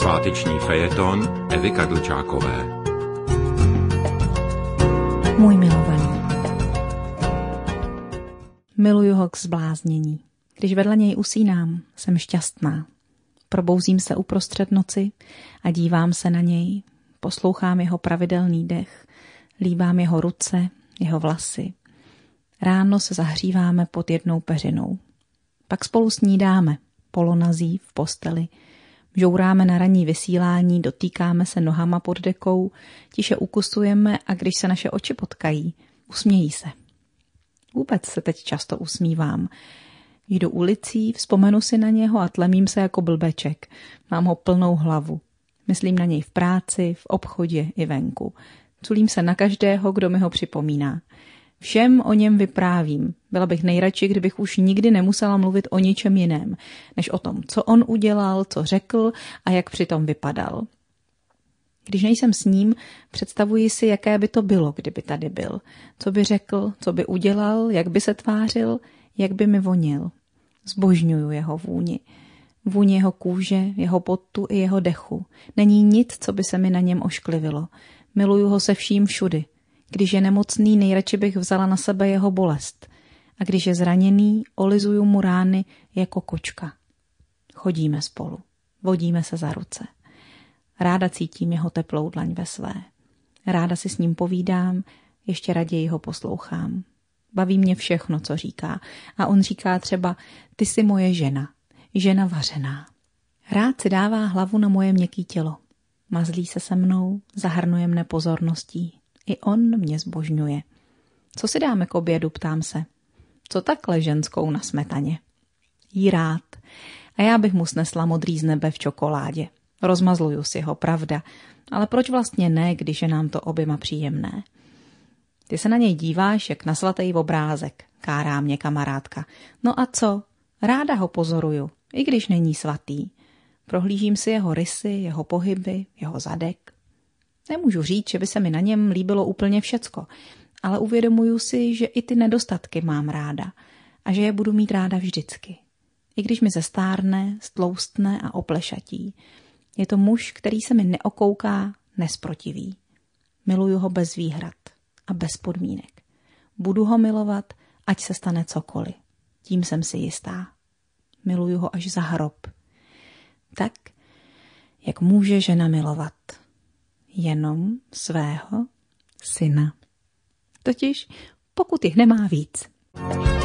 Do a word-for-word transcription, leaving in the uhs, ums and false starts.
Sváteční fejeton Evy Kadlčákové. Můj milovaný. Miluju ho k zbláznění. Když vedle něj usínám, jsem šťastná. Probouzím se uprostřed noci a dívám se na něj. Poslouchám jeho pravidelný dech, líbám jeho ruce, jeho vlasy. Ráno se zahříváme pod jednou peřinou. Pak spolu snídáme, polonazí v posteli. Žouráme na ranní vysílání, dotýkáme se nohama pod dekou, tiše ukusujeme a když se naše oči potkají, usmějí se. Vůbec se teď často usmívám. Jdu ulicí, vzpomenu si na něho a tlemím se jako blbeček. Mám ho plnou hlavu. Myslím na něj v práci, v obchodě i venku. Culím se na každého, kdo mi ho připomíná. Všem o něm vyprávím. Byla bych nejradši, kdybych už nikdy nemusela mluvit o ničem jiném, než o tom, co on udělal, co řekl a jak přitom vypadal. Když nejsem s ním, představuji si, jaké by to bylo, kdyby tady byl. Co by řekl, co by udělal, jak by se tvářil, jak by mi vonil. Zbožňuju jeho vůni. Vůni jeho kůže, jeho potu i jeho dechu. Není nic, co by se mi na něm ošklivilo. Miluju ho se vším všudy. Když je nemocný, nejradši bych vzala na sebe jeho bolest. A když je zraněný, olizuju mu rány jako kočka. Chodíme spolu. Vodíme se za ruce. Ráda cítím jeho teplou dlaň ve své. Ráda si s ním povídám, ještě raději ho poslouchám. Baví mě všechno, co říká. A on říká třeba, ty jsi moje žena, žena vařená. Rád si dává hlavu na moje měkké tělo. Mazlí se se mnou, zahrnuje mne pozorností. I on mě zbožňuje. Co si dáme k obědu, ptám se. Co takhle ženskou na smetaně? Jí rád. A já bych mu snesla modrý z nebe v čokoládě. Rozmazluju si ho, pravda. Ale proč vlastně ne, když je nám to oběma příjemné? Ty se na něj díváš, jak na svatý obrázek, kárá mě kamarádka. No a co? Ráda ho pozoruju, i když není svatý. Prohlížím si jeho rysy, jeho pohyby, jeho zadek. Nemůžu říct, že by se mi na něm líbilo úplně všecko, ale uvědomuju si, že i ty nedostatky mám ráda a že je budu mít ráda vždycky. I když mi zestárne, stloustne a oplešatí. Je to muž, který se mi neokouká, nesprotiví. Miluju ho bez výhrad a bez podmínek. Budu ho milovat, ať se stane cokoliv. Tím jsem si jistá. Miluju ho až za hrob. Tak, jak může žena milovat? Jenom svého syna. Totiž pokud jich nemá víc.